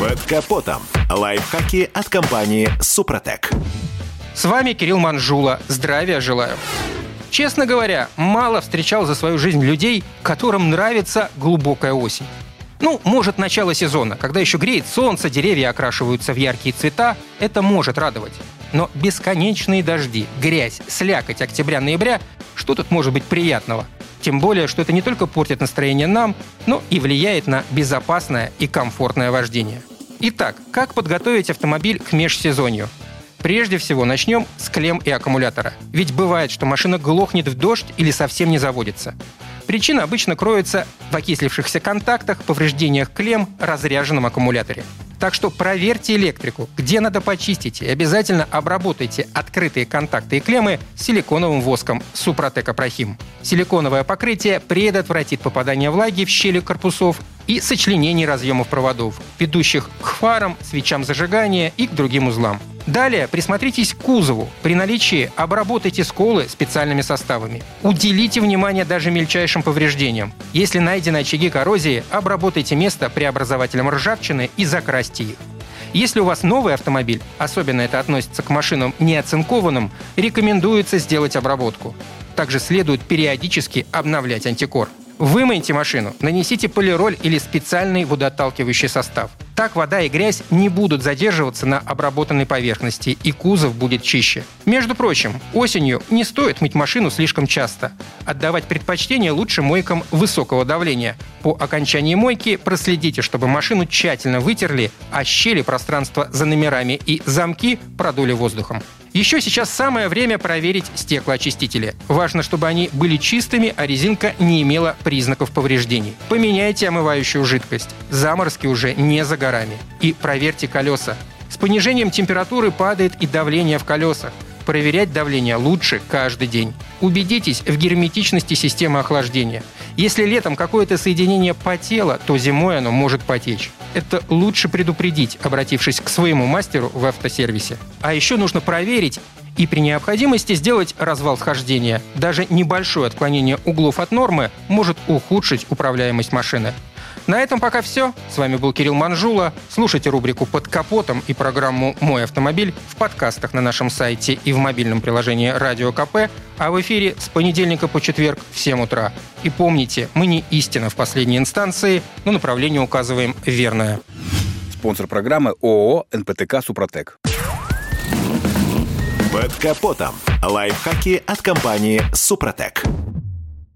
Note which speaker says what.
Speaker 1: Под капотом. Лайфхаки от компании «Супротек».
Speaker 2: С вами Кирилл Манжула. Здравия желаю. Честно говоря, мало встречал за свою жизнь людей, которым нравится глубокая осень. Может, начало сезона, когда еще греет солнце, деревья окрашиваются в яркие цвета, это может радовать. Но бесконечные дожди, грязь, слякоть октября-ноября, что тут может быть приятного? Тем более, что это не только портит настроение нам, но и влияет на безопасное и комфортное вождение. Итак, как подготовить автомобиль к межсезонью? Прежде всего, начнем с клемм и аккумулятора. Ведь бывает, что машина глохнет в дождь или совсем не заводится. Причина обычно кроется в окислившихся контактах, повреждениях клемм, разряженном аккумуляторе. Так что проверьте электрику, где надо почистить, и обязательно обработайте открытые контакты и клеммы силиконовым воском Супротек Апрахим. Силиконовое покрытие предотвратит попадание влаги в щели корпусов и сочленение разъемов проводов, ведущих к фарам, свечам зажигания и к другим узлам. Далее присмотритесь к кузову. При наличии обработайте сколы специальными составами. Уделите внимание даже мельчайшим повреждениям. Если найдены очаги коррозии, обработайте место преобразователем ржавчины и закрасьте их. Если у вас новый автомобиль, особенно это относится к машинам неоцинкованным, рекомендуется сделать обработку. Также следует периодически обновлять антикор. Вымойте машину, нанесите полироль или специальный водоотталкивающий состав. Так вода и грязь не будут задерживаться на обработанной поверхности, и кузов будет чище. Между прочим, осенью не стоит мыть машину слишком часто. Отдавать предпочтение лучше мойкам высокого давления. По окончании мойки проследите, чтобы машину тщательно вытерли, а щели пространства за номерами и замки продули воздухом. Еще сейчас самое время проверить стеклоочистители. Важно, чтобы они были чистыми, а резинка не имела признаков повреждений. Поменяйте омывающую жидкость. Заморозки уже не за горами. И проверьте колеса. С понижением температуры падает и давление в колесах. Проверять давление лучше каждый день. Убедитесь в герметичности системы охлаждения. Если летом какое-то соединение потело, то зимой оно может потечь. Это лучше предупредить, обратившись к своему мастеру в автосервисе. А еще нужно проверить и при необходимости сделать развал схождения. Даже небольшое отклонение углов от нормы может ухудшить управляемость машины. На этом пока все. С вами был Кирилл Манжула. Слушайте рубрику «Под капотом» и программу «Мой автомобиль» в подкастах на нашем сайте и в мобильном приложении «Радио КП», а в эфире с понедельника по четверг в 7 утра. И помните, мы не истина в последней инстанции, но направление указываем верное.
Speaker 3: Спонсор программы ООО «НПТК Супротек».
Speaker 1: Под капотом. Лайфхаки от компании «Супротек».